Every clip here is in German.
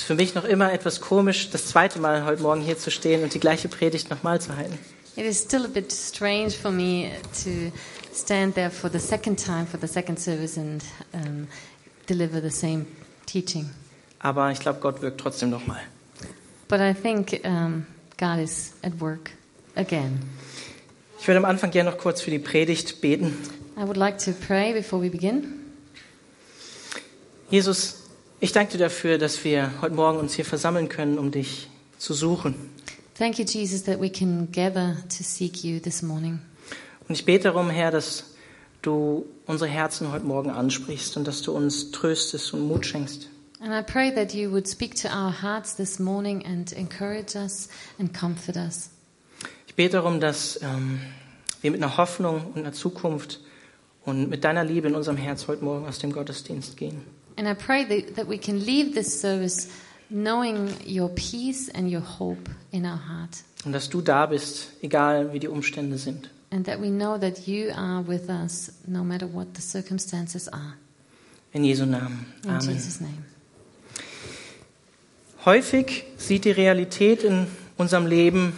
für mich noch immer etwas komisch, das zweite Mal heute Morgen hier zu stehen und die gleiche Predigt nochmal zu halten. It is still a bit strange for me to stand there for the second time, for the second service and deliver the same teaching. Aber ich glaube, Gott wirkt trotzdem nochmal. But I think God is at work again. Ich würde am Anfang gerne noch kurz für die Predigt beten. I would like to pray before we begin. Jesus, ich danke dir dafür, dass wir heute Morgen uns hier versammeln können, um dich zu suchen. Thank you, Jesus, that we can gather to seek you this morning. Und ich bete darum, Herr, dass du unsere Herzen heute Morgen ansprichst und dass du uns tröstest und Mut schenkst. And I pray that you would speak to our hearts this morning and encourage us and comfort us. Ich bete darum, dass wir mit einer Hoffnung und einer Zukunft und mit deiner Liebe in unserem Herz heute Morgen aus dem Gottesdienst gehen. And I pray that we can leave this service knowing your peace and your hope in our heart. Und dass du da bist, egal wie die Umstände sind. And that we know that you are with us no matter what the circumstances are. In Jesu Namen. In Amen. Jesus' name. Häufig sieht die Realität in unserem Leben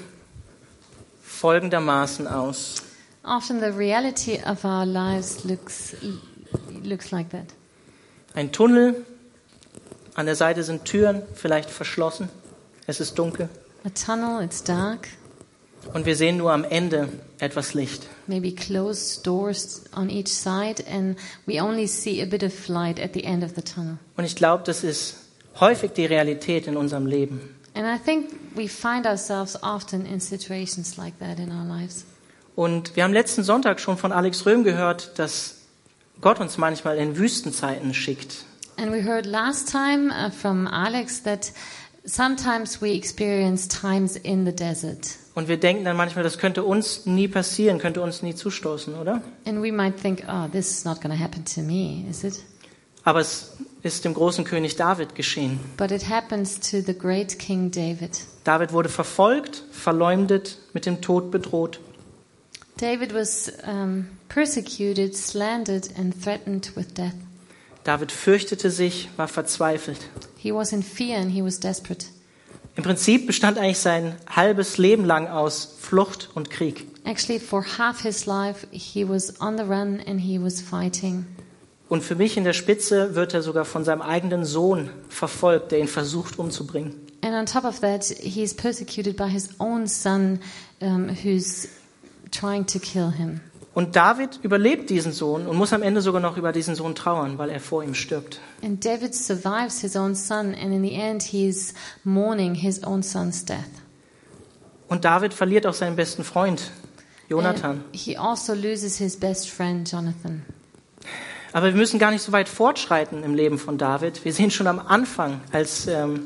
folgendermaßen aus. Often the reality of our lives looks like that. Ein Tunnel, an der Seite sind Türen, vielleicht verschlossen, es ist dunkel A tunnel, it's dark, und wir sehen nur am Ende etwas Licht. maybe closed doors on each side, and we only see a bit of light at the end of the tunnel. Und ich glaube, das ist häufig die Realität in unserem Leben. And I think we find ourselves often in situations like that in our lives. Und wir haben letzten Sonntag schon von Alex Röhm gehört, dass Gott uns manchmal in Wüstenzeiten schickt. And we heard last time from Alex that sometimes we experience times in the desert. Und wir denken dann manchmal, das könnte uns nie passieren, könnte uns nie zustoßen, oder? And we might think, oh, this is not going to happen to me, is it? Aber es ist dem großen König David geschehen. But it happens to the great King David. David wurde verfolgt, verleumdet, mit dem Tod bedroht. David was persecuted, slandered and threatened with death. David fürchtete sich, war verzweifelt. He was in fear and he was desperate. Im Prinzip bestand eigentlich sein halbes Leben lang aus Flucht und Krieg. Actually, for half his life, he was on the run and he was fighting. Und für mich in der Spitze wird er sogar von seinem eigenen Sohn verfolgt, der ihn versucht umzubringen. And on top of that, he is persecuted by his own son, who's trying to kill him. Und David überlebt diesen Sohn und muss am Ende sogar noch über diesen Sohn trauern, weil er vor ihm stirbt. And David survives his own son, and in the end, he is mourning his own son's death. Und David verliert auch seinen besten Freund, Jonathan. And he also loses his best friend, Jonathan. Aber wir müssen gar nicht so weit fortschreiten im Leben von David. Wir sehen schon am Anfang, als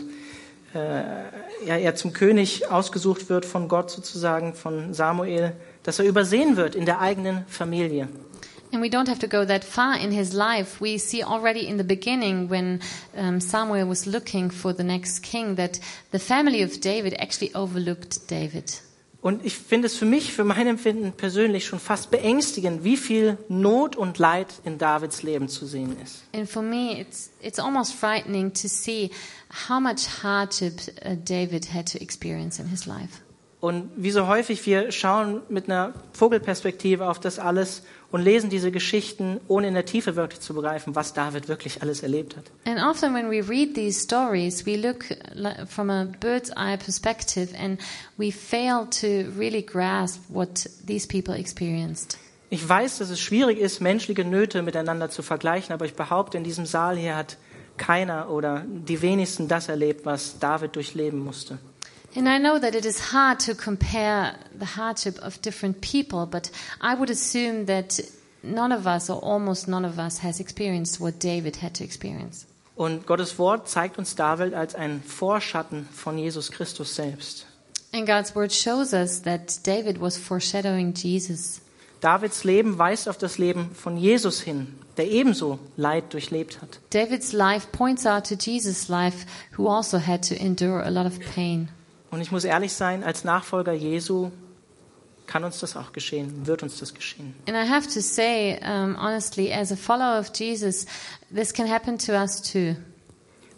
er zum König ausgesucht wird von Gott sozusagen, von Samuel, dass er übersehen wird in der eigenen Familie. And we don't have to go that far in his life. We see already in the beginning when Samuel was looking for the next king that the family of David actually overlooked David. Und ich finde es für mein Empfinden persönlich schon fast beängstigend, wie viel Not und Leid in Davids Leben zu sehen ist. And for me, it's almost frightening to see how much hardship David had to experience in his life. Und wie so häufig, wir schauen mit einer Vogelperspektive auf das alles und lesen diese Geschichten, ohne in der Tiefe wirklich zu begreifen, was David wirklich alles erlebt hat. And often when we read these stories, we look from a bird's eye perspective and we fail to really grasp what these people experienced. Ich weiß, dass es schwierig ist, menschliche Nöte miteinander zu vergleichen, aber ich behaupte, in diesem Saal hier hat keiner oder die wenigsten das erlebt, was David durchleben musste. And I know that it is hard to compare the hardship of different people, but I would assume that none of us or almost none of us has experienced what David had to experience. Und Gottes Wort zeigt uns David als einen Vorschatten von Jesus Christus selbst. And God's word shows us that David was foreshadowing Jesus. Davids Leben weist auf das Leben von Jesus hin, der ebenso Leid durchlebt hat. David's life points out to Jesus' life, who also had to endure a lot of pain. Und ich muss ehrlich sein, als Nachfolger Jesu kann uns das auch geschehen, wird uns das geschehen. And I have to say, honestly, as a follower of Jesus, this can happen to us too.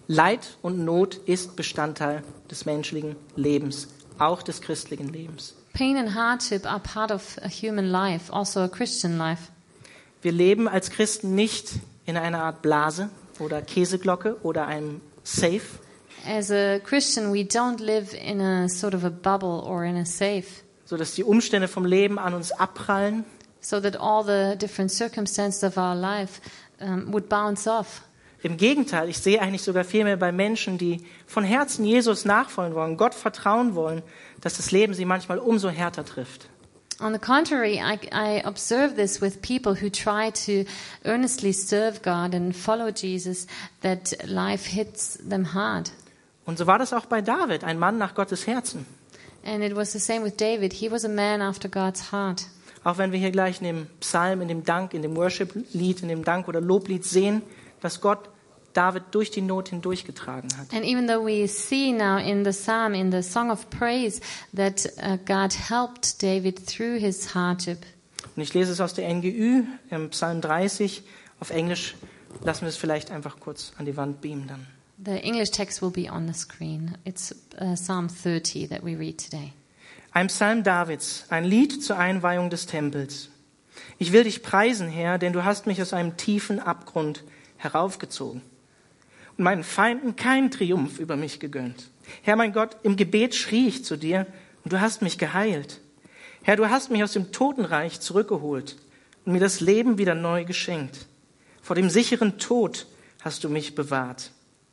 Leid und Not ist Bestandteil des menschlichen Lebens, auch des christlichen Lebens. Pain and hardship are part of a human life, also a Christian life. Wir leben als Christen nicht in einer Art Blase oder Käseglocke oder einem Safe, As a Christian, we don't live in a sort of a bubble or in a safe, sodass die Umstände vom Leben an uns abprallen, so that all the different circumstances of our life would bounce off. Im Gegenteil, ich sehe eigentlich sogar viel mehr bei Menschen, die von Herzen Jesus nachfolgen wollen, Gott vertrauen wollen, dass das Leben sie manchmal umso härter trifft. On the contrary, I observe this with people who try to earnestly serve God and follow Jesus, that life hits them hard. Und so war das auch bei David, ein Mann nach Gottes Herzen. And it was the same with David. He was a man after God's heart. Auch wenn wir hier gleich in dem Psalm, in dem Dank, in dem Worship-Lied, in dem Dank- oder Loblied sehen, dass Gott David durch die Not hindurchgetragen hat. And even though we see now in the psalm, in the song of praise, that God helped David through his hardship. Und ich lese es aus der NGÜ, im Psalm 30, auf Englisch. Lassen wir es vielleicht einfach kurz an die Wand beamen dann. The English text will be on the screen. It's Psalm 30 that we read today. Ein Psalm Davids, ein Lied zur Einweihung des Tempels. Ich will dich preisen, Herr, denn du hast mich aus einem tiefen Abgrund heraufgezogen und meinen Feinden keinen Triumph über mich gegönnt. Herr, mein Gott, im Gebet schrie ich zu dir und du hast mich geheilt. Herr, du hast mich aus dem Totenreich zurückgeholt und mir das Leben wieder neu geschenkt. Vor dem sicheren Tod hast du mich bewahrt.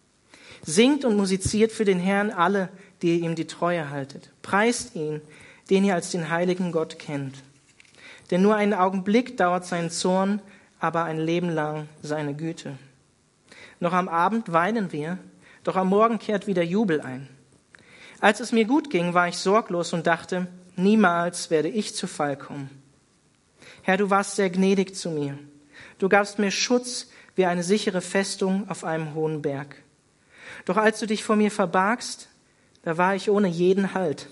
Singt und musiziert für den Herrn alle, die ihr ihm die Treue haltet. Preist ihn, den ihr als den heiligen Gott kennt. Denn nur einen Augenblick dauert sein Zorn, aber ein Leben lang seine Güte. Noch am Abend weinen wir, doch am Morgen kehrt wieder Jubel ein. Als es mir gut ging, war ich sorglos und dachte, niemals werde ich zu Fall kommen. Herr, du warst sehr gnädig zu mir. Du gabst mir Schutz wie eine sichere Festung auf einem hohen Berg. Doch als du dich vor mir verbargst, da war ich ohne jeden Halt.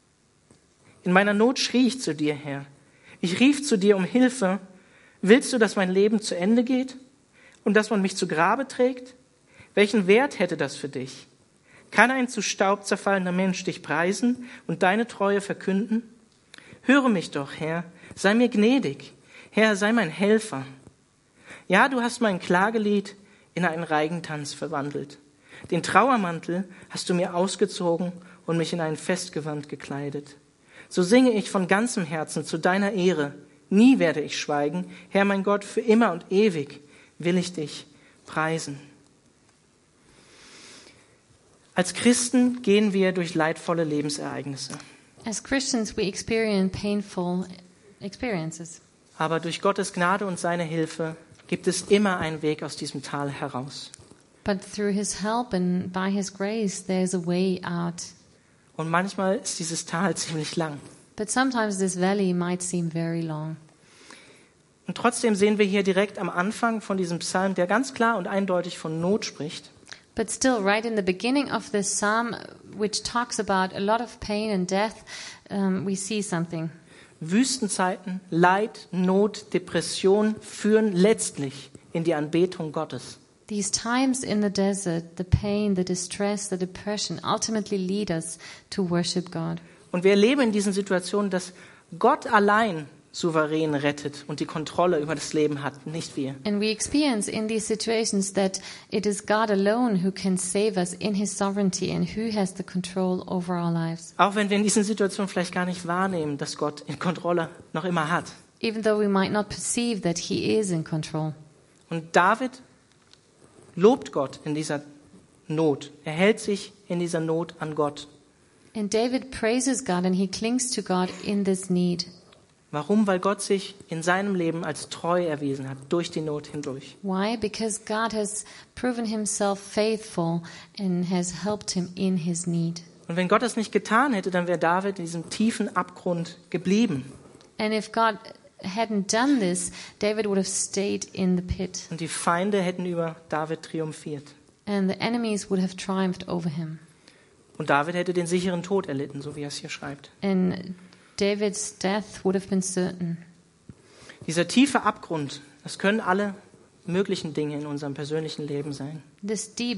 In meiner Not schrie ich zu dir, Herr. Ich rief zu dir um Hilfe. Willst du, dass mein Leben zu Ende geht und dass man mich zu Grabe trägt? Welchen Wert hätte das für dich? Kann ein zu Staub zerfallener Mensch dich preisen und deine Treue verkünden? Höre mich doch, Herr, sei mir gnädig. Herr, sei mein Helfer. Ja, du hast mein Klagelied in einen Reigentanz verwandelt. Den Trauermantel hast du mir ausgezogen und mich in ein Festgewand gekleidet. So singe ich von ganzem Herzen zu deiner Ehre. Nie werde ich schweigen. Herr, mein Gott, für immer und ewig will ich dich preisen. Als Christen gehen wir durch leidvolle Lebensereignisse. As Christians, we experience painful experiences. Aber durch Gottes Gnade und seine Hilfe gibt es immer einen Weg aus diesem Tal heraus. But through his help and by his grace, there's a way out. Und manchmal ist dieses Tal ziemlich lang. But sometimes this valley might seem very long. Und trotzdem sehen wir hier direkt am Anfang von diesem Psalm, der ganz klar und eindeutig von Not spricht. But still, right in the beginning of this psalm, which talks about a lot of pain and death, we see something. Wüstenzeiten, Leid, Not, Depression führen letztlich in die Anbetung Gottes. These times in the desert, the pain, the distress, the depression ultimately lead us to worship God. Und wir erleben in diesen Situationen, dass Gott allein souverän rettet und die Kontrolle über das Leben hat, nicht wir. And we experience in these situations that it is God alone who can save us in his sovereignty and who has the control over our lives. Auch wenn wir in diesen Situationen vielleicht gar nicht wahrnehmen, dass Gott in Kontrolle noch immer hat. Even though we might not perceive that he is in control. Und David lobt Gott in dieser Not. Er hält sich in dieser Not an Gott. And David praises God and he clings to God in this need. Warum? Weil Gott sich in seinem Leben als treu erwiesen hat, durch die Not hindurch. Why? Because God has proven himself faithful and has helped him in his need. Und wenn Gott das nicht getan hätte, dann wäre David in diesem tiefen Abgrund geblieben. And if God hadn't done this, David would have stayed in the pit. Und die Feinde hätten über David triumphiert. And the enemies would have triumphed over him. Und David hätte den sicheren Tod erlitten, so wie er es hier schreibt. And David's death would have been certain. Dieser tiefe Abgrund, das können alle möglichen Dinge in unserem persönlichen Leben sein. This deep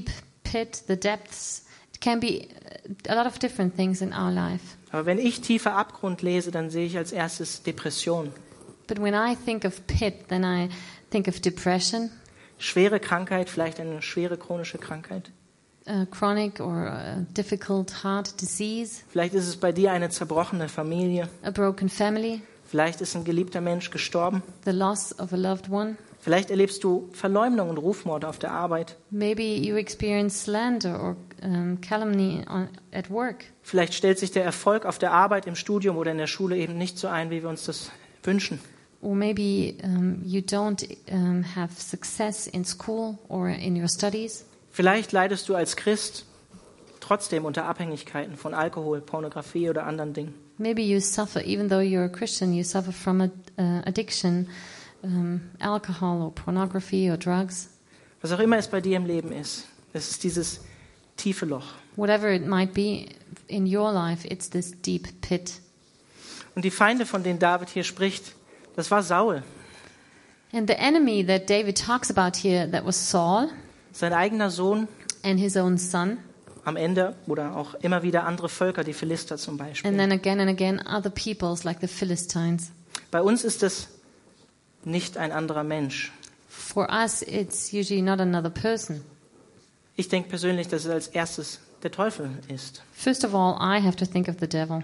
pit, the depths. It can be a lot of different things in our life. Aber wenn ich tiefer Abgrund lese, dann sehe ich als erstes Depression. But when I think of pit, then I think of depression, Schwere Krankheit, vielleicht eine schwere chronische Krankheit. chronic or difficult heart disease, Vielleicht ist es bei dir eine zerbrochene Familie. a broken family, Vielleicht ist ein geliebter Mensch gestorben. the loss of a loved one. Vielleicht erlebst du Verleumdung und Rufmord auf der Arbeit. Maybe you experience slander or calumny at work. Vielleicht stellt sich der Erfolg auf der Arbeit, im Studium oder in der Schule eben nicht so ein, wie wir uns das wünschen. Or maybe you don't have success in school or in your studies. Vielleicht leidest du als Christ trotzdem unter Abhängigkeiten von Alkohol, Pornografie oder anderen Dingen. Maybe you suffer, even though you're a Christian, you suffer from addiction, alcohol or pornography or drugs. Was auch immer es bei dir im Leben ist, es ist dieses tiefe Loch. Whatever it might be in your life, it's this deep pit. Und die Feinde, von denen David hier spricht, das war Saul, And the enemy that David talks about here, that was Saul sein eigener Sohn, and his own son, am Ende oder auch immer wieder andere Völker, die Philister zum and Beispiel. then again and again other peoples like the Philistines. Bei uns ist es nicht ein anderer Mensch. For us, it's usually not another person. Ich denke persönlich, dass es als erstes der Teufel ist. First of all, I have to think of the devil.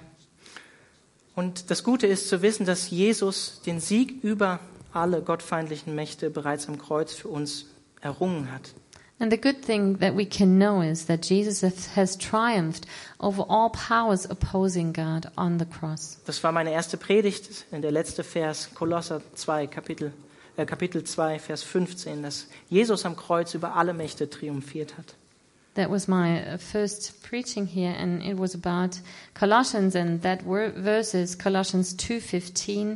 Und das Gute ist zu wissen, dass Jesus den Sieg über alle gottfeindlichen Mächte bereits am Kreuz für uns errungen hat. And the good thing that we can know is that Jesus has triumphed over all powers opposing God on the cross. Das war meine erste Predigt, in der letzte Vers, Kolosser 2, Kapitel 2, Vers 15, dass Jesus am Kreuz über alle Mächte triumphiert hat. That was my first preaching here, and it was about Colossians, and that verse is Colossians 2:15,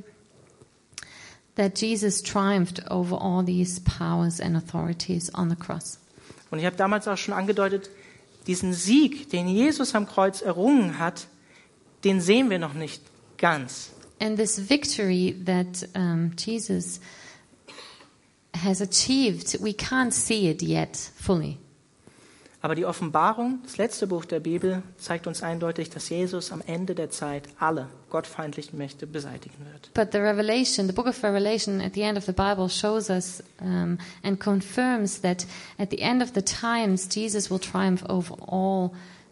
that Jesus triumphed over all these powers and authorities on the cross. Und ich habe damals auch schon angedeutet, diesen Sieg, den Jesus am Kreuz errungen hat, den sehen wir noch nicht ganz. And this victory that Jesus has achieved, we can't see it yet fully. Aber die Offenbarung, das letzte Buch der Bibel, zeigt uns eindeutig, dass Jesus am Ende der Zeit alle gottfeindlichen Mächte beseitigen wird. But the Revelation, the book of Revelation at the end of the Bible shows us and confirms that at the end of the times, Jesus will triumph over all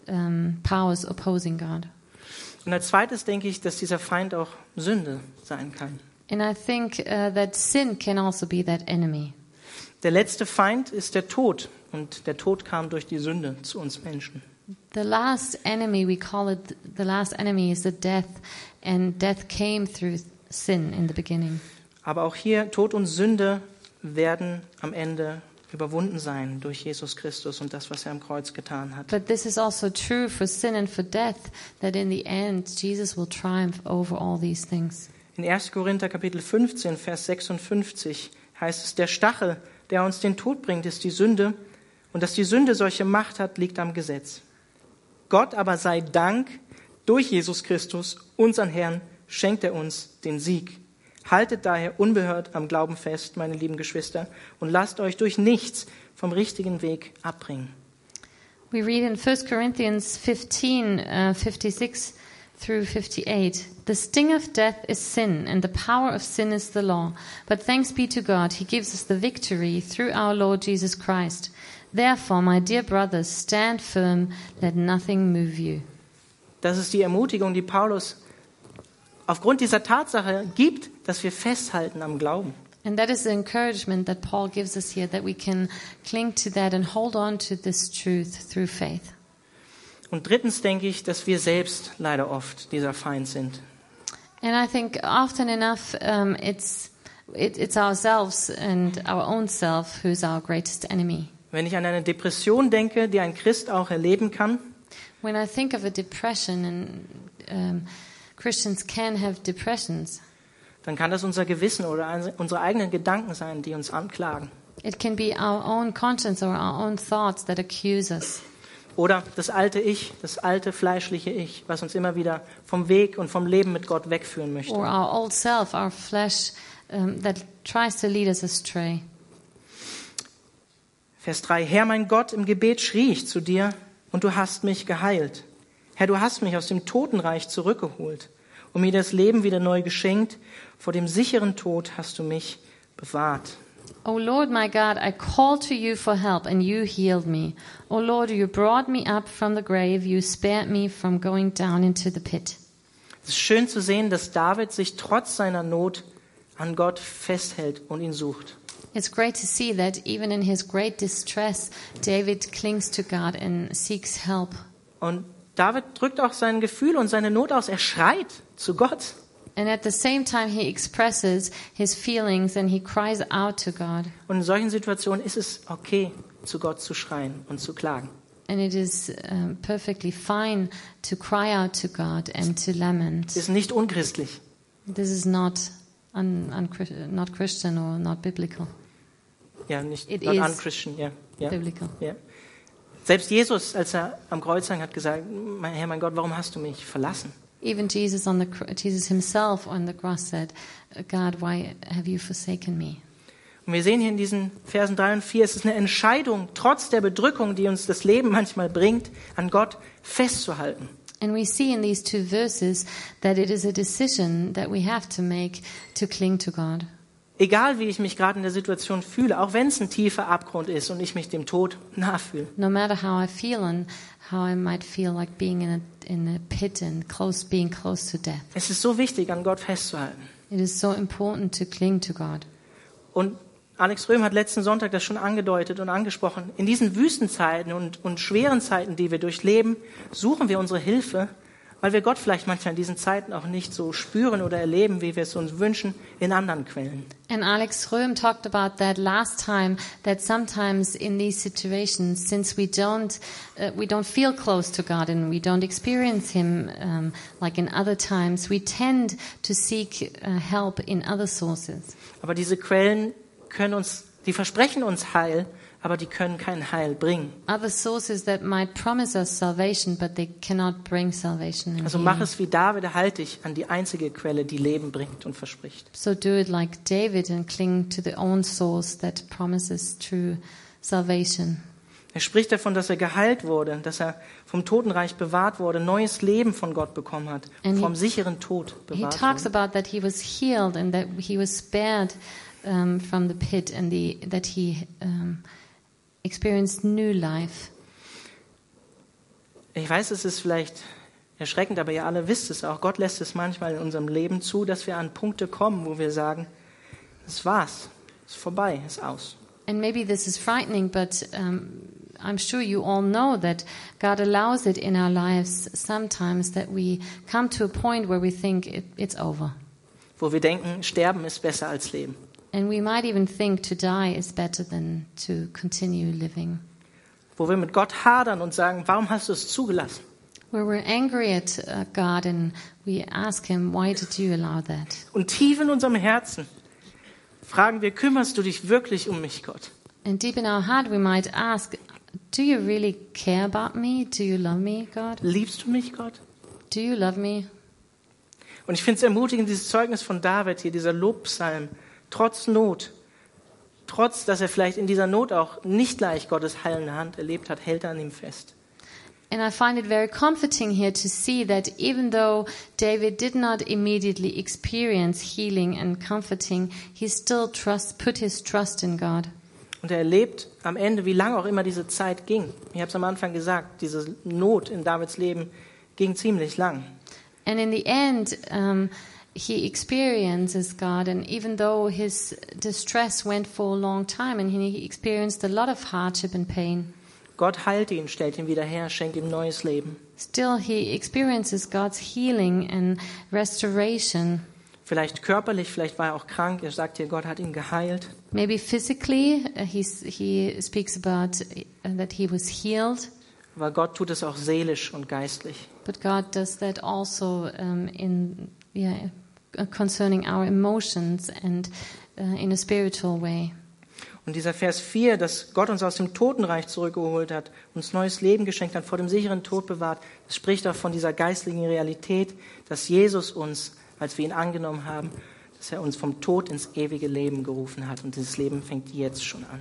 powers opposing God. Und als zweites denke ich, dass dieser Feind auch Sünde sein kann. And I think that sin can also be that enemy. Der letzte Feind ist der Tod. Und der Tod kam durch die Sünde zu uns Menschen. The last enemy, we call it the last enemy, is the death. And death came through sin in the beginning. Aber auch hier, Tod und Sünde werden am Ende überwunden sein durch Jesus Christus und das, was er am Kreuz getan hat. But this is also true for sin and for death, that in the end, Jesus will triumph over all these things. In 1. Korinther Kapitel 15, Vers 56 heißt es, der Stachel, der uns den Tod bringt, ist die Sünde. Und dass die Sünde solche Macht hat, liegt am Gesetz. Gott aber sei Dank, durch Jesus Christus, unseren Herrn, schenkt er uns den Sieg. Haltet daher unbeirrt am Glauben fest, meine lieben Geschwister, und lasst euch durch nichts vom richtigen Weg abbringen. We read in 1 Corinthians 15, 56 through 58, the sting of death is sin, and the power of sin is the law. But thanks be to God, he gives us the victory through our Lord Jesus Christ. Therefore, my dear brothers, stand firm, let nothing move you. Das ist die Ermutigung, die Paulus aufgrund dieser Tatsache gibt, dass wir festhalten am Glauben. And that is the encouragement that Paul gives us here, that we can cling to that and hold on to this truth through faith. Und drittens denke ich, dass wir selbst leider oft dieser Feind sind. And I think often enough it's ourselves and our own self who's our greatest enemy. Wenn ich an eine Depression denke, die ein Christ auch erleben kann, When I think of a depression, and Christians can have depressions, dann kann das unser Gewissen oder unsere eigenen Gedanken sein, die uns anklagen. it can be our own conscience or our own thoughts that accuse us. Oder das alte Ich, das alte fleischliche Ich, was uns immer wieder vom Weg und vom Leben mit Gott wegführen möchte. Or our old self, our flesh, that tries to lead us astray. Vers 3. Herr, mein Gott, im Gebet schrie ich zu dir und du hast mich geheilt. Herr, du hast mich aus dem Totenreich zurückgeholt und mir das Leben wieder neu geschenkt. Vor dem sicheren Tod hast du mich bewahrt. O Lord my God, I called to you for help and you healed me. O Lord, you brought me up from the grave, you spared me from going down into the pit. Es ist schön zu sehen, dass David sich trotz seiner Not an Gott festhält und ihn sucht. It's great to see that even in his great distress, David clings to God and seeks help. Und David drückt auch sein Gefühl und seine Not aus. Er schreit zu Gott. And at the same time, he expresses his feelings and he cries out to God. Und in solchen Situationen ist es okay, zu Gott zu schreien und zu klagen. And it is perfectly fine to cry out to God and to lament. Ist nicht unchristlich. This is not not Christian or not biblical. Ja, nicht It not is unchristian. Ja. Biblical. Ja. Selbst Jesus, als er am Kreuz hing, hat gesagt, Herr, mein Gott, warum hast du mich verlassen? Even Jesus himself on the cross said, God, why have you forsaken me? Und wir sehen hier in diesen Versen 3 und 4, es ist eine Entscheidung, trotz der Bedrückung, die uns das Leben manchmal bringt, an Gott festzuhalten. And we see in these two verses that it is a decision that we have to make to cling to God. Egal, wie ich mich gerade in der Situation fühle, auch wenn es ein tiefer Abgrund ist und ich mich dem Tod nahe fühle. No matter how I feel and how I might feel like being in a pit and being close to death. Es ist so wichtig, an Gott festzuhalten. It is so important to cling to God. Und Alex Röhm hat letzten Sonntag das schon angedeutet und angesprochen. In diesen Wüstenzeiten und schweren Zeiten, die wir durchleben, suchen wir unsere Hilfe, weil wir Gott vielleicht manchmal in diesen Zeiten auch nicht so spüren oder erleben, wie wir es uns wünschen, in anderen Quellen. And Alex Röhm talked about that last time, that sometimes in these situations, since we don't feel close to God and we don't experience Him like in other times, we tend to seek help in other sources. Aber diese Quellen die versprechen uns Heil, aber die können kein Heil bringen. Other sources that might promise us salvation, but they cannot bring salvation. Also mach es wie David, halte dich an die einzige Quelle, die Leben bringt und verspricht. So do it like David and cling to the own source that promises true salvation. Er spricht davon, dass er geheilt wurde, dass er vom Totenreich bewahrt wurde, neues Leben von Gott bekommen hat, vom sicheren Tod He bewahrt talks wurde. about that he was healed and that he was spared from the pit and that he experienced new life. Ich weiß, es ist vielleicht erschreckend, aber ihr alle wisst es auch. Gott lässt es manchmal in unserem Leben zu, dass wir an Punkte kommen, wo wir sagen, das war's, ist vorbei, ist aus. And maybe this is frightening, but I'm sure you all know that God allows it in our lives sometimes that we come to a point where we think it's over. Wo wir denken, sterben ist besser als leben. And we might even think to die is better than to continue living. Wo wir mit Gott hadern und sagen, warum hast du es zugelassen? Where we're angry at God and we ask Him, why did you allow that? Und tief in unserem Herzen fragen wir, kümmerst du dich wirklich um mich, Gott? And deep in our heart we might ask, do you really care about me? Do you love me, God? Liebst du mich, Gott? Do you love me? Und ich finde es ermutigend, dieses Zeugnis von David hier, dieser Lobpsalm, trotz Not, trotz, dass er vielleicht in dieser Not auch nicht gleich Gottes heilende Hand erlebt hat, hält er an ihm fest. And I find it very comforting here to see that even though David did not immediately experience healing and comforting, he still put his trust in God. Und er erlebt am Ende, wie lange auch immer diese Zeit ging. Ich habe es am Anfang gesagt, diese Not in Davids Leben ging ziemlich lang. And in the end, he experiences God, and even though his distress went for a long time, and he experienced a lot of hardship and pain, Gott heilt ihn, stellt ihn wieder her, schenkt ihm neues Leben. still he experiences God's healing and restoration. Vielleicht körperlich, vielleicht war er auch krank. Er sagt hier, Gott hat ihn geheilt. Maybe physically, he speaks about that he was healed, Aber Gott tut es auch seelisch und geistlich. but God does that also concerning our emotions and in a spiritual way. Und dieser Vers 4, dass Gott uns aus dem Totenreich zurückgeholt hat, uns neues Leben geschenkt hat, vor dem sicheren Tod bewahrt, das spricht auch von dieser geistlichen Realität, dass Jesus uns, als wir ihn angenommen haben, dass er uns vom Tod ins ewige Leben gerufen hat. Und dieses Leben fängt jetzt schon an.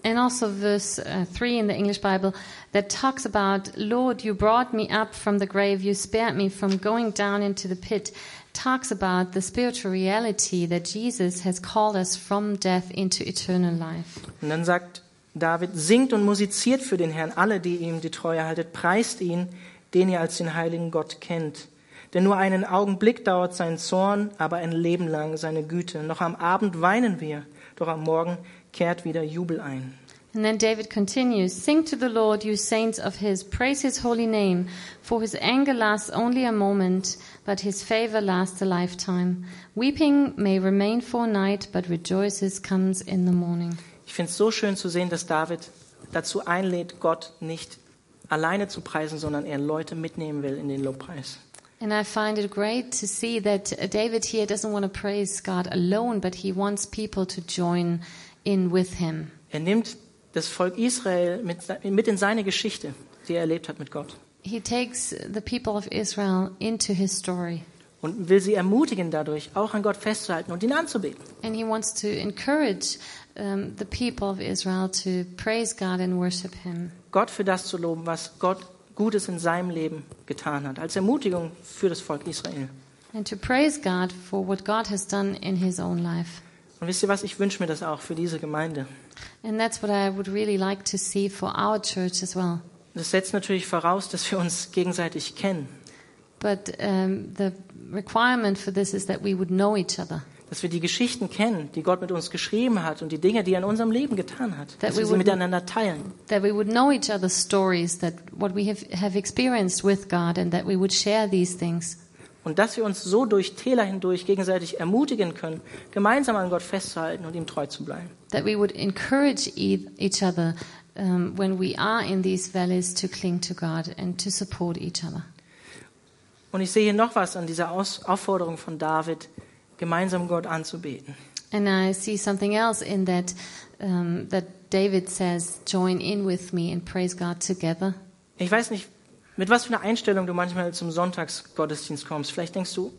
And also verse 3 in the English Bible that talks about, Lord, you brought me up from the grave, you spared me from going down into the pit, talks about the spiritual reality that Jesus has called us from death into eternal life. Und dann sagt David, singt und musiziert für den Herrn, alle, die ihm die Treue haltet, preist ihn, den ihr als den heiligen Gott kennt. Denn nur einen Augenblick dauert sein Zorn, aber ein Leben lang seine Güte. Noch am Abend weinen wir, doch am Morgen kehrt wieder Jubel ein. And then David continues, sing to the Lord, you saints of his, praise his holy name, for his anger lasts only a moment, but his favor lasts a lifetime. Weeping may remain for a night, but rejoices comes in the morning. Ich finde es so schön zu sehen, dass David dazu einlädt, Gott nicht alleine zu preisen, sondern er Leute mitnehmen will in den Lobpreis. And I find it great to see that David here doesn't want to praise God alone, but he wants people to join in with him. Er nimmt das Volk Israel mit in seine Geschichte, die er erlebt hat mit Gott. He takes the people of Israel into his story. Und will sie ermutigen dadurch, auch an Gott festzuhalten und ihn anzubeten. And he wants to encourage the people of Israel to praise God and worship him. Gott für das zu loben, was Gott Gutes in seinem Leben getan hat, als Ermutigung für das Volk Israel. And to praise God for what God has done in his own life. Und wisst ihr was, ich wünsche mir das auch für diese Gemeinde. And that's what I would really like to see for our church as well. Das setzt natürlich voraus, dass wir uns gegenseitig kennen, But the requirement for this is that we would know each other. dass wir die Geschichten kennen, die Gott mit uns geschrieben hat und die Dinge, die er in unserem Leben getan hat, dass wir sie miteinander teilen. That we would know each other's stories, that what we have experienced with God, and that we would share these things. Und dass wir uns so durch Täler hindurch gegenseitig ermutigen können, gemeinsam an Gott festzuhalten und ihm treu zu bleiben. That we would encourage each other when we are in these valleys to cling to God and to support each other. Und ich sehe hier noch was an dieser Aufforderung von David, gemeinsam Gott anzubeten. And I see something else in that that David says, join in with me and praise God together. Ich weiß nicht, mit was für einer Einstellung du manchmal zum Sonntagsgottesdienst kommst. Vielleicht denkst du,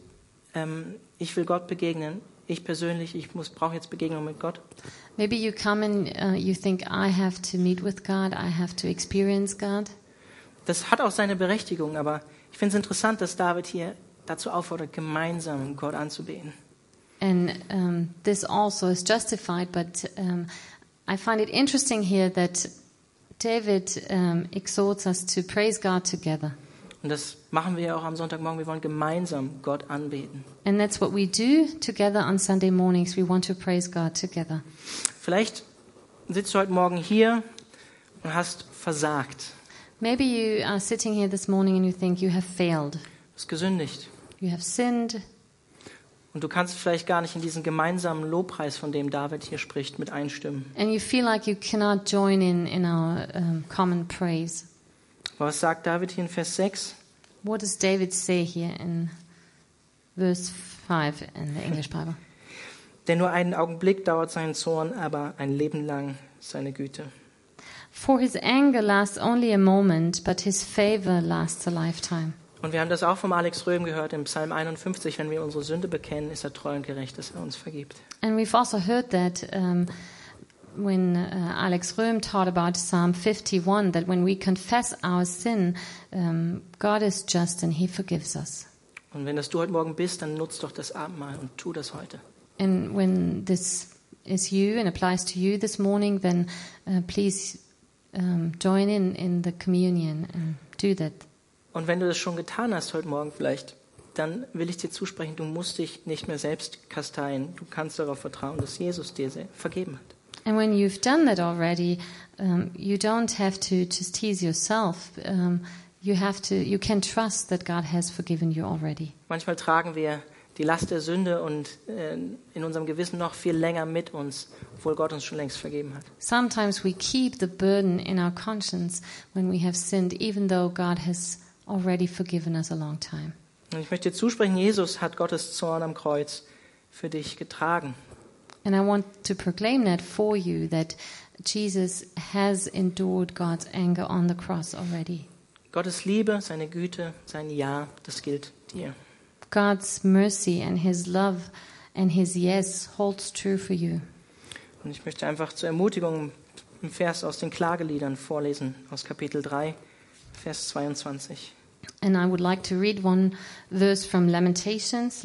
ich will Gott begegnen. Ich persönlich, brauche jetzt Begegnung mit Gott. Maybe you come and you think, I have to meet with God, I have to experience God. Das hat auch seine Berechtigung, aber ich finde es interessant, dass David hier dazu auffordert, gemeinsam Gott anzubeten. And this also is justified, but I find it interesting here that David exhorts us to praise God together. Und das machen wir ja auch am Sonntagmorgen. Wir wollen gemeinsam Gott anbeten. And that's what we do together on Sunday mornings. We want to praise God together. Vielleicht sitzt du heute Morgen hier und hast versagt. Maybe you are sitting here this morning and you think you have failed. Du hast gesündigt. You have sinned. Und du kannst vielleicht gar nicht in diesen gemeinsamen Lobpreis, von dem David hier spricht, mit einstimmen. And you feel like you cannot join in our common praise. Aber was sagt David hier in Vers 6? What does David say here in verse 5 in the English Bible? Denn nur einen Augenblick dauert sein Zorn, aber ein Leben lang seine Güte. For his anger lasts only a moment, but his favor lasts a lifetime. Und wir haben das auch vom Alex Röhm gehört im Psalm 51, wenn wir unsere Sünde bekennen, ist er treu und gerecht, dass er uns vergibt. And we've also heard that when Alex Röhm taught about Psalm 51, that when we confess our sin, God is just and he forgives us. Und wenn das du heute Morgen bist, dann nutzt doch das Abendmahl und tu das heute. And when this is you and applies to you this morning, then please join in the communion and do that. Und wenn du das schon getan hast heute Morgen vielleicht, dann will ich dir zusprechen, du musst dich nicht mehr selbst kasteien. Du kannst darauf vertrauen, dass Jesus dir vergeben hat. And when you've done that already, you don't have to just tease yourself. You can trust that God has forgiven you already. Manchmal tragen wir die Last der Sünde und in unserem Gewissen noch viel länger mit uns, obwohl Gott uns schon längst vergeben hat. Sometimes we keep the burden in our conscience when we have sinned, even though God has already forgiven us a long time. Und ich möchte dir zusprechen, Jesus hat Gottes Zorn am Kreuz für dich getragen. And I want to proclaim that for you, that Jesus has endured God's anger on the cross already. Gottes Liebe, seine Güte, sein Ja, das gilt dir. God's mercy and his love and his yes holds true for you. Und ich möchte einfach zur Ermutigung einen Vers aus den Klageliedern vorlesen, aus Kapitel 3, Vers 22. And I would like to read one verse from Lamentations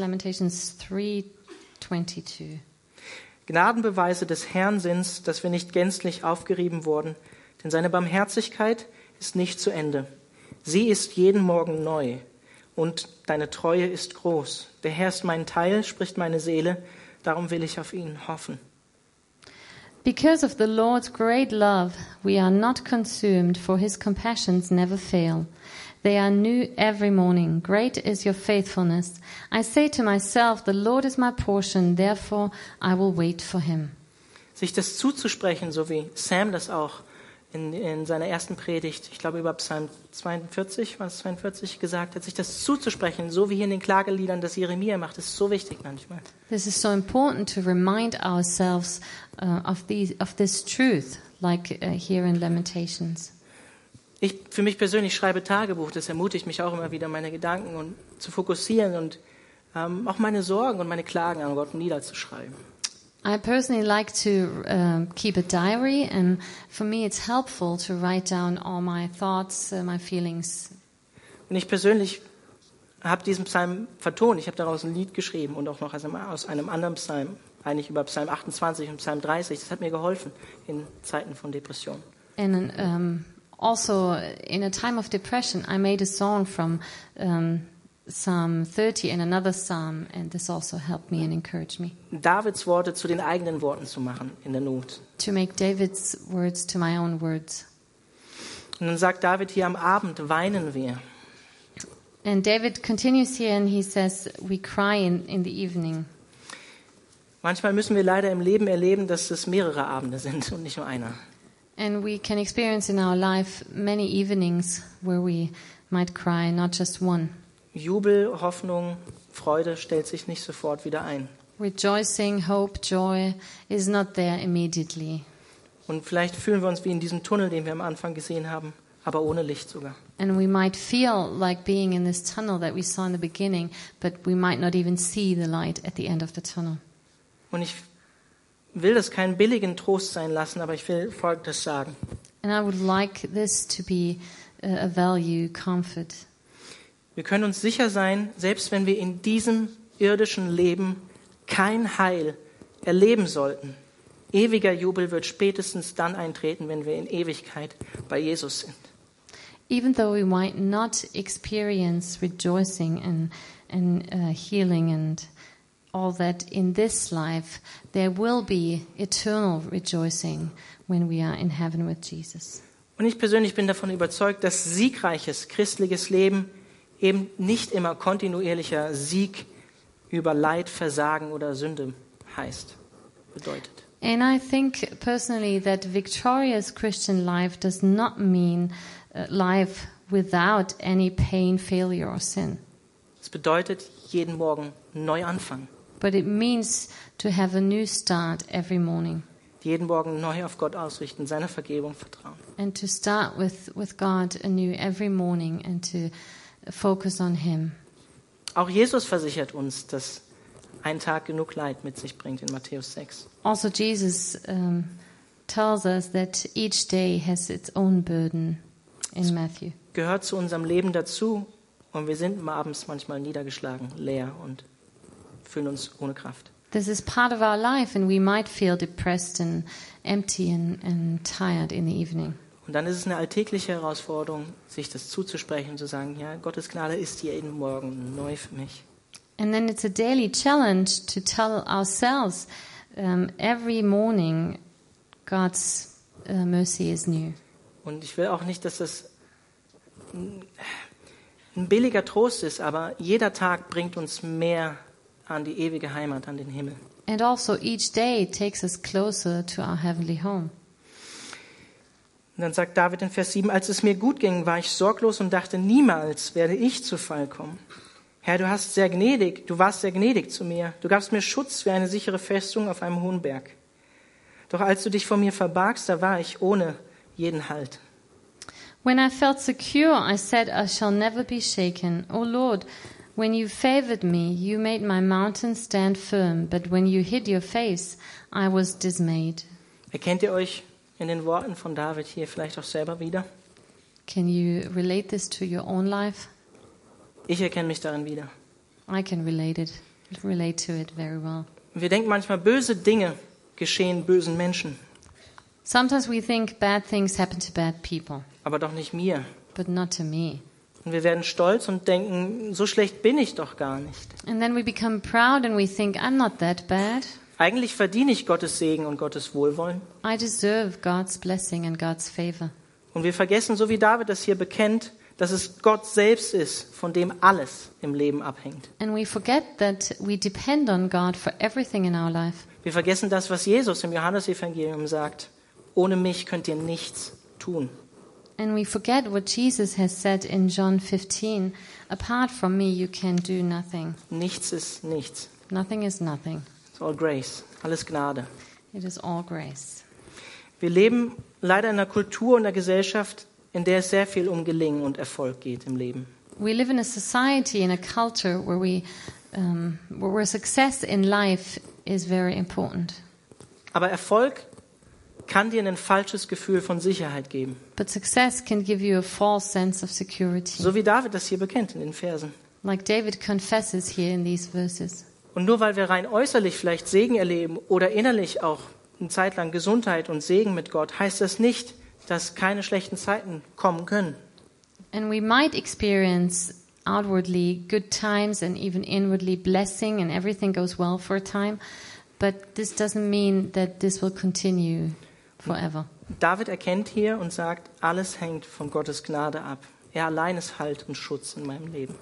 3:22. Gnadenbeweise des Herrn sind's, dass wir nicht gänzlich aufgerieben wurden, denn seine Barmherzigkeit ist nicht zu Ende. Sie ist jeden Morgen neu und deine Treue ist groß. Der Herr ist mein Teil, spricht meine Seele, darum will ich auf ihn hoffen. Because of the Lord's great love, we are not consumed, for his compassions never fail. They are new every morning. Great is your faithfulness. I say to myself, the Lord is my portion, therefore I will wait for him. Sich das zuzusprechen, so wie Sam das auch in seiner ersten Predigt, ich glaube über Psalm 42, war es 42, gesagt hat, sich das zuzusprechen, so wie hier in den Klageliedern das Jeremia macht, ist so wichtig manchmal. This is so important to remind ourselves of this truth, like here in Lamentations. Ich für mich persönlich schreibe Tagebuch, das ermutigt mich auch immer wieder, meine Gedanken und zu fokussieren und auch meine Sorgen und meine Klagen an Gott niederzuschreiben. I personally like to keep a diary, and for me it's helpful to write down all my thoughts, my feelings. Und ich persönlich habe diesen Psalm vertont. Ich habe daraus ein Lied geschrieben und auch noch aus einem anderen Psalm, eigentlich über Psalm 28 und Psalm 30. Das hat mir geholfen in Zeiten von Depression. And also in a time of depression, I made a song from Psalm 30 and another psalm, and this also helped me and encouraged me. Davids Worte zu den eigenen Worten zu machen in der Not. To make David's words to my own words. Und dann sagt David hier, am Abend weinen wir. And David continues here and he says, we cry in the evening. Manchmal müssen wir leider im Leben erleben, dass es mehrere Abende sind und nicht nur einer. And we can experience in our life many evenings where we might cry, not just one. Jubel, Hoffnung, Freude stellt sich nicht sofort wieder ein. Rejoicing, hope, joy is not there immediately. Und vielleicht fühlen wir uns wie in diesem Tunnel, den wir am Anfang gesehen haben, aber ohne Licht sogar. And we might feel like being in this tunnel that we saw in the beginning, but we might not even see the light at the end of the tunnel. Und ich will das keinen billigen Trost sein lassen, aber ich will Folgendes sagen. And I would like this to be a value, comfort. Wir können uns sicher sein, selbst wenn wir in diesem irdischen Leben kein Heil erleben sollten, ewiger Jubel wird spätestens dann eintreten, wenn wir in Ewigkeit bei Jesus sind. Even though we might not experience rejoicing and healing and all that in this life, there will be eternal rejoicing when we are in heaven with Jesus. Und ich persönlich bin davon überzeugt, dass siegreiches christliches Leben eben nicht immer kontinuierlicher Sieg über Leid, Versagen oder Sünde bedeutet. And I think personally that victorious Christian life does not mean life without any pain, failure or sin. Es bedeutet jeden Morgen neu anfangen. But it means to have a new start every morning. Jeden Morgen neu auf Gott ausrichten, seiner Vergebung vertrauen. And to start with God anew every morning and to focus on Him. Auch Jesus versichert uns, dass ein Tag genug Leid mit sich bringt in Matthäus 6. Also Jesus tells us that each day has its own burden in Matthew. Gehört zu unserem Leben dazu und wir sind abends manchmal niedergeschlagen, leer und fühlen uns ohne Kraft. This is part of our life and we might feel depressed and empty and tired in the evening. Und dann ist es eine alltägliche Herausforderung, sich das zuzusprechen, zu sagen, ja, Gottes Gnade ist jeden Morgen neu für mich. And then it's a daily challenge to tell ourselves every morning God's mercy is new. Und ich will auch nicht, dass das ein billiger Trost ist, aber jeder Tag bringt uns mehr an die ewige Heimat, an den Himmel. And also each day takes us closer to our heavenly home. Und dann sagt David in Vers 7, als es mir gut ging, war ich sorglos und dachte, niemals werde ich zu Fall kommen. Herr, du warst sehr gnädig zu mir. Du gabst mir Schutz wie eine sichere Festung auf einem hohen Berg. Doch als du dich vor mir verbargst, da war ich ohne jeden Halt. When I felt secure, I said, I shall never be shaken. O Lord, when you favored me, you made my mountain stand firm. But when you hid your face, I was dismayed. Erkennt ihr euch in den Worten von David hier vielleicht auch selber wieder? Can you relate this to your own life? Ich erkenne mich darin wieder. I can relate to it very well. Wir denken manchmal, böse Dinge geschehen bösen Menschen, Sometimes we think bad things happen to bad people, aber doch nicht mir. but not to me. Und wir werden stolz und denken, so schlecht bin ich doch gar nicht. And then we become proud and we think, I'm not that bad. Eigentlich verdiene ich Gottes Segen und Gottes Wohlwollen. I deserve God's blessing and God's favor. Und wir vergessen, so wie David das hier bekennt, dass es Gott selbst ist, von dem alles im Leben abhängt. And we forget that we depend on God for everything in our life. Wir vergessen das, was Jesus im Johannesevangelium sagt. Ohne mich könnt ihr nichts tun. And we forget what Jesus has said in John 15. Apart from me, you can do nothing. Nichts ist nichts. Nothing is nothing. It's all grace. Alles Gnade. It is all grace. Wir leben leider in einer Kultur und einer Gesellschaft, in der es sehr viel um Gelingen und Erfolg geht im Leben. We live in a society, in a culture where success in life is very important. Aber Erfolg kann dir ein falsches Gefühl von Sicherheit geben. But success can give you a false sense of security. So wie David das hier bekennt in den Versen. Like David confesses here in these verses. Und nur weil wir rein äußerlich vielleicht Segen erleben oder innerlich auch eine Zeit lang Gesundheit und Segen mit Gott, heißt das nicht, dass keine schlechten Zeiten kommen können. And we might experience outwardly good times and even inwardly blessing and everything goes well for a time, but this doesn't mean that this will continue forever. David erkennt hier und sagt, alles hängt von Gottes Gnade ab. Er allein ist Halt und Schutz in meinem Leben.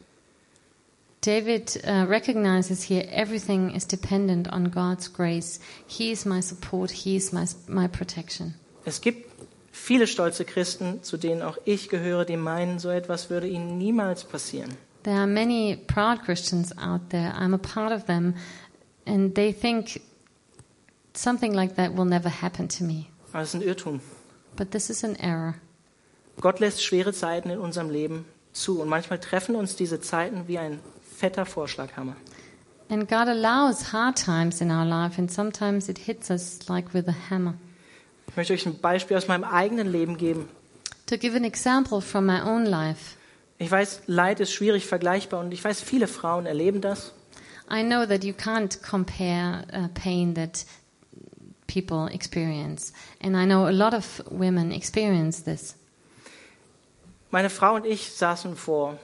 David recognizes here everything is dependent on God's grace. He is my support, he is my protection. Es gibt viele stolze Christen, zu denen auch ich gehöre, die meinen, so etwas würde ihnen niemals passieren. There are many proud Christians out there. I'm a part of them, and they think something like that will never happen to me. Aber es ist ein Irrtum. But this is an error. Gott lässt schwere Zeiten in unserem Leben zu und manchmal treffen uns diese Zeiten wie ein fetter Vorschlaghammer. And God allows hard times in our life, and sometimes it hits us like with a hammer. Ich möchte euch ein Beispiel aus meinem eigenen Leben geben. To give an example from my own life, Ich weiß, Leid ist schwierig vergleichbar und ich weiß, viele Frauen erleben das. I know that you can't compare pain that people experience, and I know a lot of women experience this. Meine Frau und ich saßen vor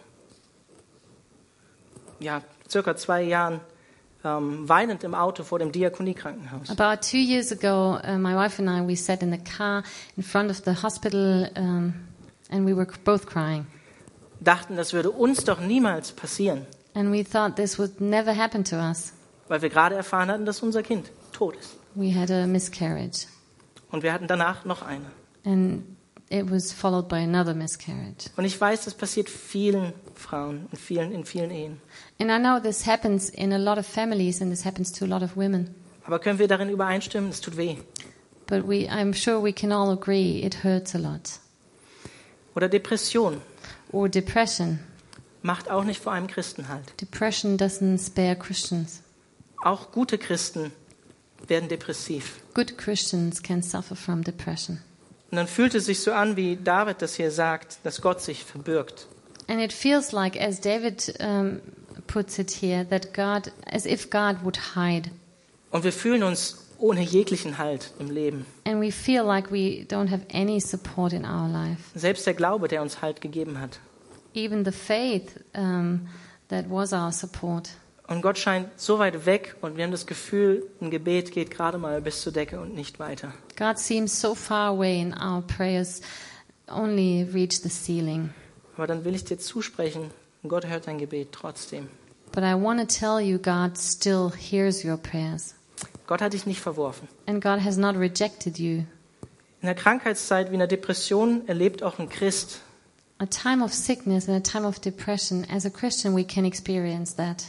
circa 2 Jahren weinend im Auto vor dem Diakoniekrankenhaus. About 2 years ago, my wife and I, we sat in the car in front of the hospital, and we were both crying. Dachten, das würde uns doch niemals passieren, And we thought this would never happen to us. weil wir gerade erfahren hatten, dass unser Kind tot ist. We had a miscarriage, Und wir hatten danach noch eine. and it was followed by another miscarriage. Und ich weiß, das passiert vielen Frauen und in vielen Ehen. And I know this happens in a lot of families, and this happens to a lot of women. Aber können wir darin übereinstimmen? Es tut weh. But I'm sure we can all agree it hurts a lot. Oder Depression Or depression. macht auch nicht vor einem Christen halt. Depression doesn't spare Christians. Auch gute Christen werden depressiv. Good Christians can suffer from depression. Und dann fühlt es sich so an, wie David das hier sagt, dass Gott sich verbirgt. And it feels like, as David puts it here, that God, as if God would hide. Und wir fühlen uns ohne jeglichen Halt im Leben. And we feel like we don't have any support in our life. Selbst der Glaube, der uns Halt gegeben hat. Even the faith that was our support. Und Gott scheint so weit weg und wir haben das Gefühl, ein Gebet geht gerade mal bis zur Decke und nicht weiter. God seems so far away and our prayers only reach the ceiling. Aber dann will ich dir zusprechen, Gott hört dein Gebet trotzdem. But I want to tell you, God still hears your prayers. Gott hat dich nicht verworfen. And God has not rejected you. In der Krankheitszeit wie in der Depression erlebt auch ein Christ, A time of sickness and a time of depression, as a Christian we can experience that.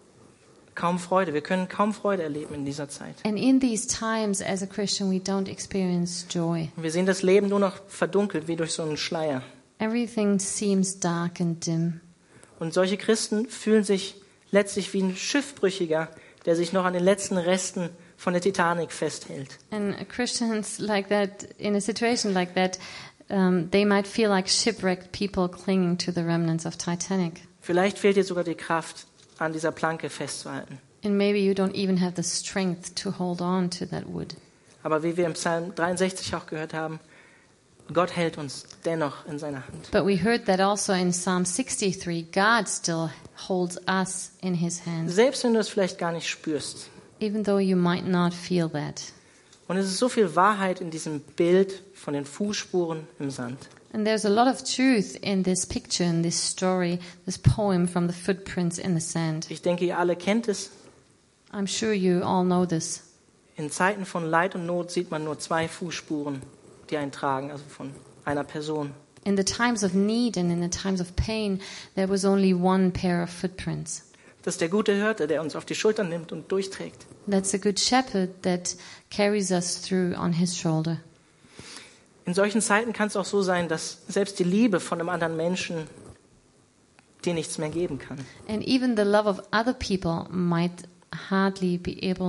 kaum Freude. Wir können kaum Freude erleben in dieser Zeit. And in these times, as a Christian, we don't experience joy. Wir sehen das Leben nur noch verdunkelt, wie durch so einen Schleier. Everything seems dark and dim. Und solche Christen fühlen sich letztlich wie ein Schiffbrüchiger, der sich noch an den letzten Resten von der Titanic festhält. And Christians like that, in a situation like that, they might feel like shipwrecked people clinging to the remnants of Titanic. Vielleicht fehlt dir sogar die Kraft, an dieser Planke festzuhalten. And maybe you don't even have the strength to hold on to that wood. Aber wie wir im Psalm 63 auch gehört haben, Gott hält uns dennoch in seiner Hand. But we heard that also in Psalm 63, God still holds us in his hands, Selbst wenn du es vielleicht gar nicht spürst. even though you might not feel that. Und es ist so viel Wahrheit in diesem Bild von den Fußspuren im Sand. And there's a lot of truth in this picture, in this story, this poem from the footprints in the sand. Ich denke, ihr alle kennt es. I'm sure you all know this. In Zeiten von Leid und Not sieht man nur 2 Fußspuren, die einen tragen, also von einer Person. In the times of need and in the times of pain, there was only one pair of footprints. Das ist der gute Hirte, der uns auf die Schultern nimmt und durchträgt. That's a good shepherd that carries us through on his shoulder. In solchen Zeiten kann es auch so sein, dass selbst die Liebe von einem anderen Menschen dir nichts mehr geben kann. And even the love of other people might hardly be able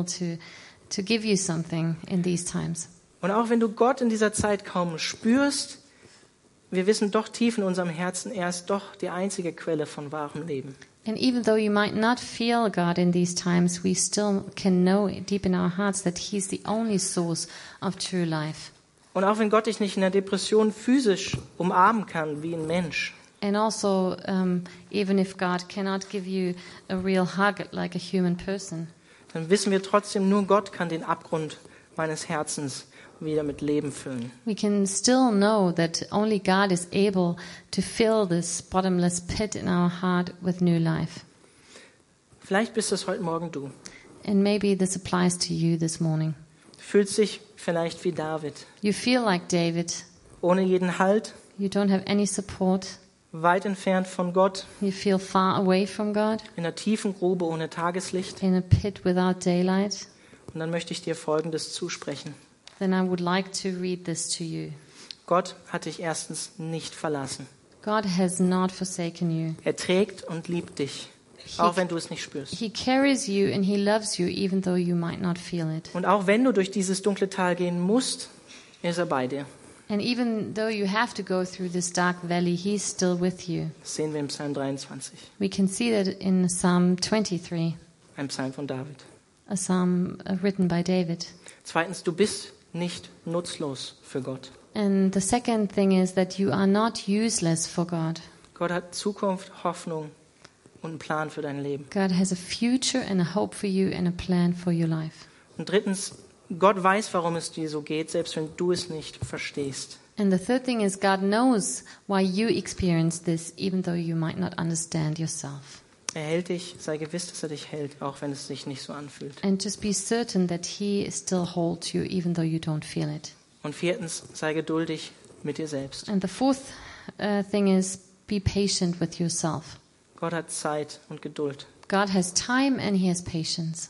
to give you something in these times. Und auch wenn du Gott in dieser Zeit kaum spürst, wir wissen doch tief in unserem Herzen, er ist doch die einzige Quelle von wahrem Leben. And even though you might not feel God in these times, we still can know deep in our hearts that He's the only source of true life. Und auch wenn Gott dich nicht in der Depression physisch umarmen kann, wie ein Mensch, And also, even if God cannot give you a real hug like a human person, dann wissen wir trotzdem, nur Gott kann den Abgrund meines Herzens wieder mit Leben füllen. we can still know that only God is able to fill this bottomless pit in our heart with new life. Vielleicht bist es heute Morgen du. And maybe this applies to you this morning. Du fühlst dich vielleicht wie David, You feel like David. ohne jeden Halt, You don't have any support. weit entfernt von Gott, You feel far away from God, in einer tiefen Grube ohne Tageslicht. in a pit without daylight. Und dann möchte ich dir Folgendes zusprechen. Then I would like to read this to you. Gott hat dich erstens nicht verlassen. God has not forsaken you. Er trägt und liebt dich, auch wenn du es nicht spürst. He carries you and He loves you even though you might not feel it. Und auch wenn du durch dieses dunkle Tal gehen musst, ist er bei dir. And even though you have to go through this dark valley, He's still with you. Das sehen wir im Psalm 23, We can see that in Psalm 23, ein Psalm von David. a psalm written by David. Zweitens, du bist nicht nutzlos für Gott. And the second thing is that you are not useless for God. Gott hat Zukunft, Hoffnung und einen Plan für dein Leben. God has a future and a hope for you and a plan for your life. Und drittens, Gott weiß, warum es dir so geht, selbst wenn du es nicht verstehst. And the third thing is God knows why you experience this, even though you might not understand yourself. Er hält dich, sei gewiss, dass er dich hält, auch wenn es sich nicht so anfühlt. And just be certain that He still holds you, even though you don't feel it. Und viertens, sei geduldig mit dir selbst. And the fourth thing is be patient with yourself. Gott hat Zeit und Geduld. God has time and He has patience.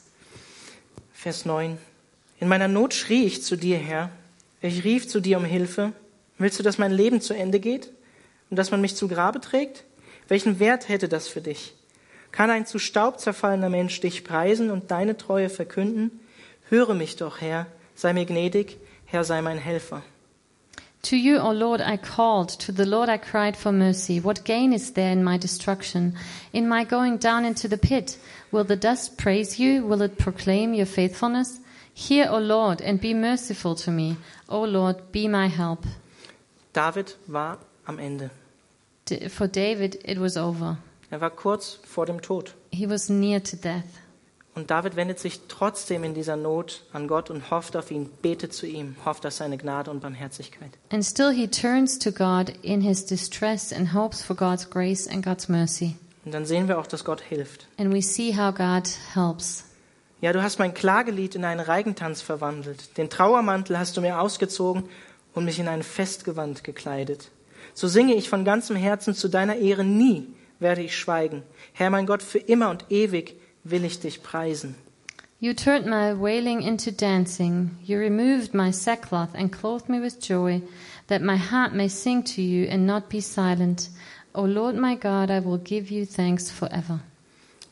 Vers 9. In meiner Not schrie ich zu dir, Herr. Ich rief zu dir um Hilfe. Willst du, dass mein Leben zu Ende geht und dass man mich zu Grabe trägt? Welchen Wert hätte das für dich? Kann ein zu Staub zerfallener Mensch dich preisen und deine Treue verkünden? Höre mich doch, Herr, sei mir gnädig, Herr, sei mein Helfer. To you, O Lord, I called. To the Lord I cried for mercy. What gain is there in my destruction? In my going down into the pit? Will the dust praise you? Will it proclaim your faithfulness? Hear, O Lord, and be merciful to me. O Lord, be my help. David war am Ende. For David, it was over. Er war kurz vor dem Tod. He was near to death. Und David wendet sich trotzdem in dieser Not an Gott und hofft auf ihn, betet zu ihm, hofft auf seine Gnade und Barmherzigkeit. And still he turns to God in his distress and hopes for God's grace and God's mercy. Und dann sehen wir auch, dass Gott hilft. And we see how God helps. Ja, du hast mein Klagelied in einen Reigentanz verwandelt. Den Trauermantel hast du mir ausgezogen und mich in ein Festgewand gekleidet. So singe ich von ganzem Herzen zu deiner Ehre, nie werde ich schweigen. Herr, mein Gott, für immer und ewig will ich dich preisen. You turned my wailing into dancing. You removed my sackcloth and clothed me with joy, that my heart may sing to you and not be silent. O Lord my God, I will give you thanks forever.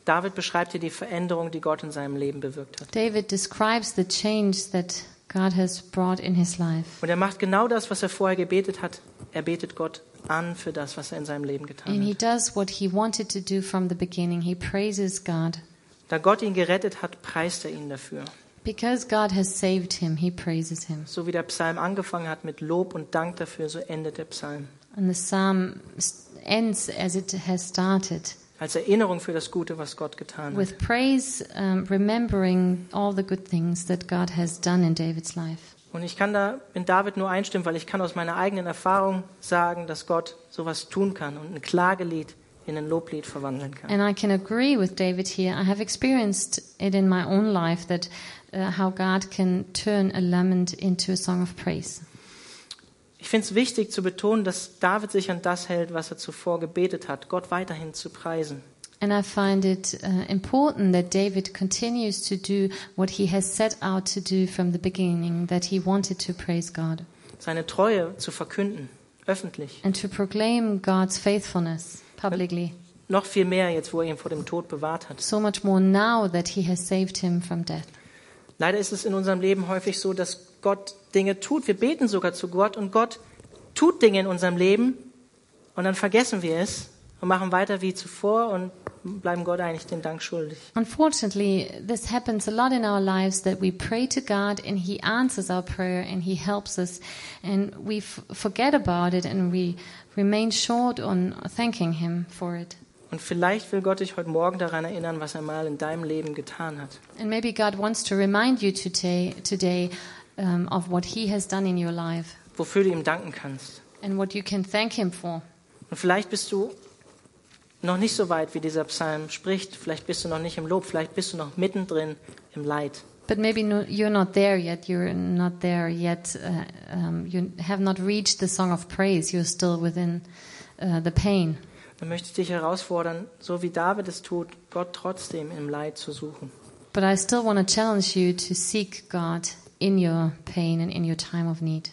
David beschreibt hier die Veränderung, die Gott in seinem Leben bewirkt hat. David describes the change that God has brought in his life. Und er macht genau das, was er vorher gebetet hat. Er betet Gott an für das, was er in seinem Leben getan And he hat. does what he wanted to do from the beginning. He praises God. Da Gott ihn gerettet hat, preist er ihn dafür. Because God has saved him, he praises him. So wie der Psalm angefangen hat mit Lob und Dank dafür, so endet der Psalm. And the psalm ends as it has started, Als Erinnerung für das Gute, was Gott getan hat. with praise, remembering all the good things that God has done in David's life. Und ich kann da in David nur einstimmen, weil ich kann aus meiner eigenen Erfahrung sagen, dass Gott sowas tun kann und ein Klagelied in ein Loblied verwandeln kann. And I can agree with David here. I have experienced it in my own life that how God can turn a lament into a song of praise. Ich finde es wichtig zu betonen, dass David sich an das hält, was er zuvor gebetet hat, Gott weiterhin zu preisen. And I find it important that David continues to do what he has set out to do from the beginning, that he wanted to praise God Seine Treue zu verkünden, öffentlich. and to proclaim God's faithfulness publicly. Noch viel mehr jetzt, wo er ihn vor dem Tod bewahrt hat. So much more now that he has saved him from death. Leider ist es in unserem Leben häufig so, dass Gott Dinge tut. Wir beten sogar zu Gott und Gott tut Dinge in unserem Leben und dann vergessen wir es und machen weiter wie zuvor und bleiben Gott eigentlich den Dank schuldig. Unfortunately, this happens a lot in our lives that we pray to God and He answers our prayer and He helps us and we forget about it and we remain short on thanking Him for it. Und vielleicht will Gott dich heute Morgen daran erinnern, was er mal in deinem Leben getan hat. And maybe God wants to remind you today of what He has done in your life Wofür du ihm danken kannst. and what you can thank Him for. Und vielleicht bist du noch nicht so weit, wie dieser Psalm spricht. Vielleicht bist du noch nicht im Lob. Vielleicht bist du noch mittendrin im Leid. But maybe you're not there yet. You're not there yet. You have not reached the song of praise. You're still within the pain. Dann möchte ich dich herausfordern, so wie David es tut, Gott trotzdem im Leid zu suchen. But I still want to challenge you to seek God in your pain and in your time of need.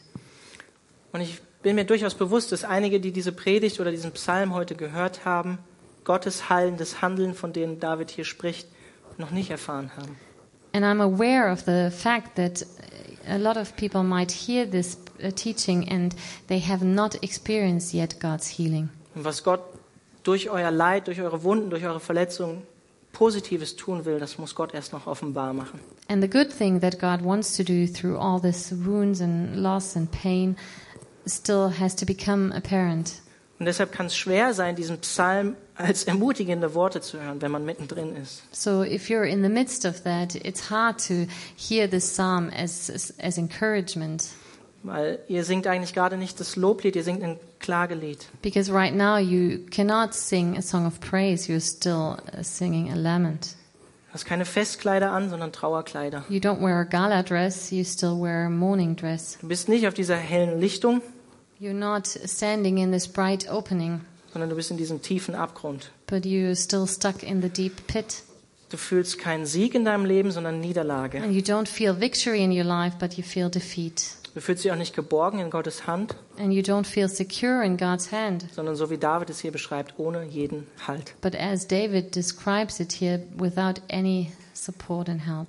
Und ich bin mir durchaus bewusst, dass einige, die diese Predigt oder diesen Psalm heute gehört haben, Gottes hallendes Handeln, von dem David hier spricht, noch nicht erfahren haben. And I'm aware of the fact that a lot of people might hear this teaching and they have not experienced yet God's healing. Und was Gott durch euer Leid, durch eure Wunden, durch eure Verletzungen Positives tun will, das muss Gott erst noch offenbar machen. And the good thing that God wants to do through all these wounds and loss and pain still has to become apparent. Und deshalb kann es schwer sein, diesen Psalm als ermutigende Worte zu hören, wenn man mittendrin ist. So if you're in the midst of that, it's hard to hear this psalm as encouragement. Weil ihr singt eigentlich gerade nicht das Loblied, ihr singt ein Klagelied. Because right now you cannot sing a song of praise, you're still singing a lament. Du hast keine Festkleider an, sondern Trauerkleider. You don't wear a gala dress, you still wear a mourning dress. Du bist nicht auf dieser hellen Lichtung, You're not standing in this bright opening, sondern du bist in diesem tiefen Abgrund. but you're still stuck in the deep pit. Du fühlst keinen Sieg in deinem Leben, sondern Niederlage. And you don't feel victory in your life, but you feel defeat. Du fühlst dich auch nicht geborgen in Gottes Hand, And you don't feel secure in God's hand. sondern so wie David es hier beschreibt, ohne jeden Halt. But as David describes it here, without any support and help.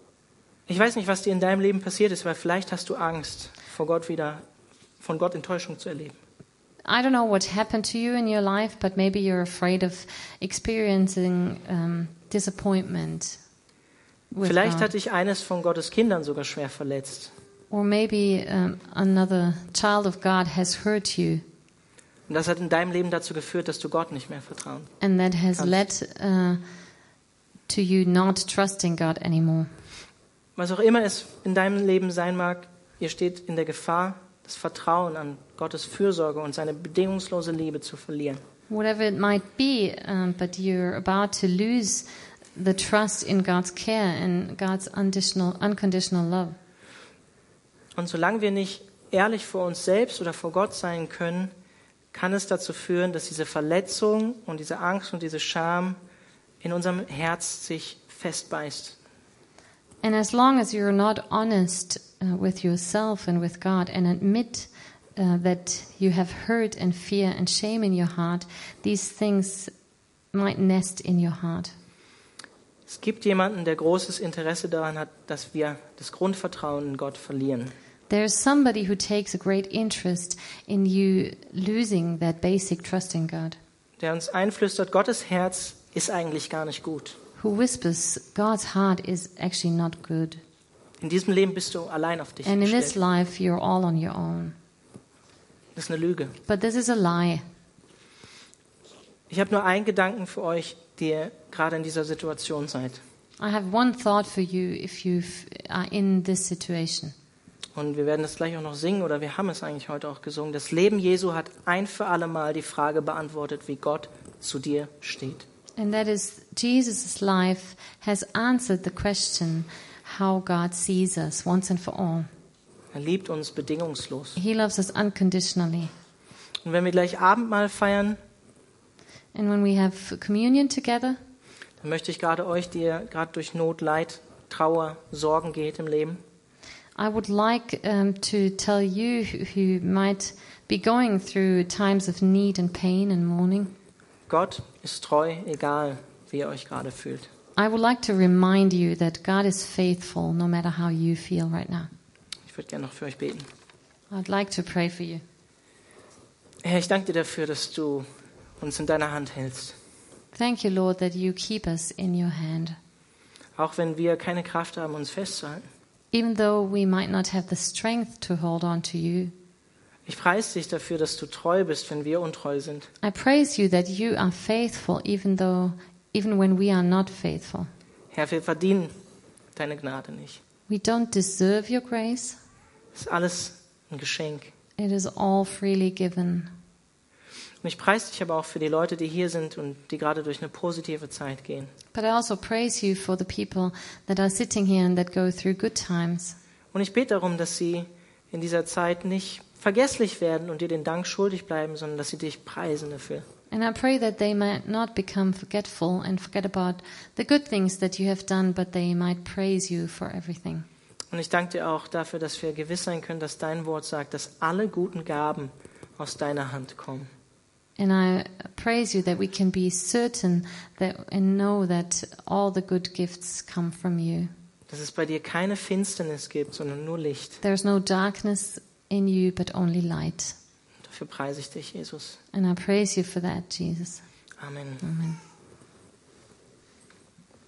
Ich weiß nicht, was dir in deinem Leben passiert ist, weil vielleicht hast du Angst, von Gott Enttäuschung zu erleben. I don't know what happened to you in your life, but maybe you're afraid of experiencing disappointment with Vielleicht God. hat dich eines von Gottes Kindern sogar schwer verletzt. Or maybe another child of God has hurt you, Und das hat in deinem Leben dazu geführt, dass du Gott nicht mehr vertrauen. and that has led to you not trusting God anymore. Was auch immer es in deinem Leben sein mag, ihr steht in der Gefahr, das Vertrauen an Gottes Fürsorge und seine bedingungslose Liebe zu verlieren. Whatever it might be, but you're about to lose the trust in God's care and God's unconditional love. Und solange wir nicht ehrlich vor uns selbst oder vor Gott sein können, kann es dazu führen, dass diese Verletzung und diese Angst und diese Scham in unserem Herz sich festbeißt. And as long as you're not honest with yourself and with God and admit that you have hurt and fear and shame in your heart, these things might nest in your heart. Es gibt jemanden, der großes Interesse daran hat, dass wir das Grundvertrauen in Gott verlieren. There is somebody who takes a great interest in you losing that basic trust in God. Der uns einflüstert, Gottes Herz ist eigentlich gar nicht gut. Who whispers, God's heart is actually not good. In diesem Leben bist du allein auf dich And in this gestellt. life, you're all on your own. Das ist eine Lüge. But this is a lie. Ich habe nur einen Gedanken für euch, die ihr gerade in dieser Situation seid. I have one thought for you if you are in this situation. Und wir werden das gleich auch noch singen, oder wir haben es eigentlich heute auch gesungen. Das Leben Jesu hat ein für alle Mal die Frage beantwortet, wie Gott zu dir steht. And that is, Jesus' life has answered the question how God sees us once and for all. Er liebt uns bedingungslos. He loves us unconditionally. Und wenn wir gleich Abendmahl feiern, And when we have communion together, dann möchte ich gerade euch, die ihr gerade durch Not, Leid, Trauer, Sorgen geht im Leben, I would like to tell you who might be going through times of need and pain and mourning, Gott ist treu, egal wie ihr euch gerade fühlt. I would like to remind you that God is faithful no matter how you feel right now. Ich würde gerne noch für euch beten. I'd like to pray for you. Herr, ich danke dir dafür, dass du uns in deiner Hand hältst. Thank you, Lord, that you keep us in your hand. Auch wenn wir keine Kraft haben, uns festzuhalten. Even though we might not have the strength to hold on to you, Ich preise dich dafür, dass du treu bist, wenn wir untreu sind. I praise you that you are faithful even when we are not faithful. Herr, wir verdienen deine Gnade nicht. We don't deserve your grace. Es ist alles ein Geschenk. It is all freely given. Und ich preise dich aber auch für die Leute, die hier sind und die gerade durch eine positive Zeit gehen. But I also praise you for the people that are sitting here and that go through good times. Und ich bete darum, dass sie in dieser Zeit nicht vergesslich werden und dir den Dank schuldig bleiben, sondern dass sie dich preisen dafür. And I pray that they might not become forgetful and forget about the good things that you have done, but they might praise you for everything. Und ich danke dir auch dafür, dass wir gewiss sein können, dass dein Wort sagt, dass alle guten Gaben aus deiner Hand kommen. And I praise you that we can be certain that and know that all the good gifts come from you. Dass es bei dir keine Finsternis gibt, sondern nur Licht. There's no darkness in you, but only light. Dafür preise ich dich, Jesus. And I praise you for that, Jesus. Amen. Amen.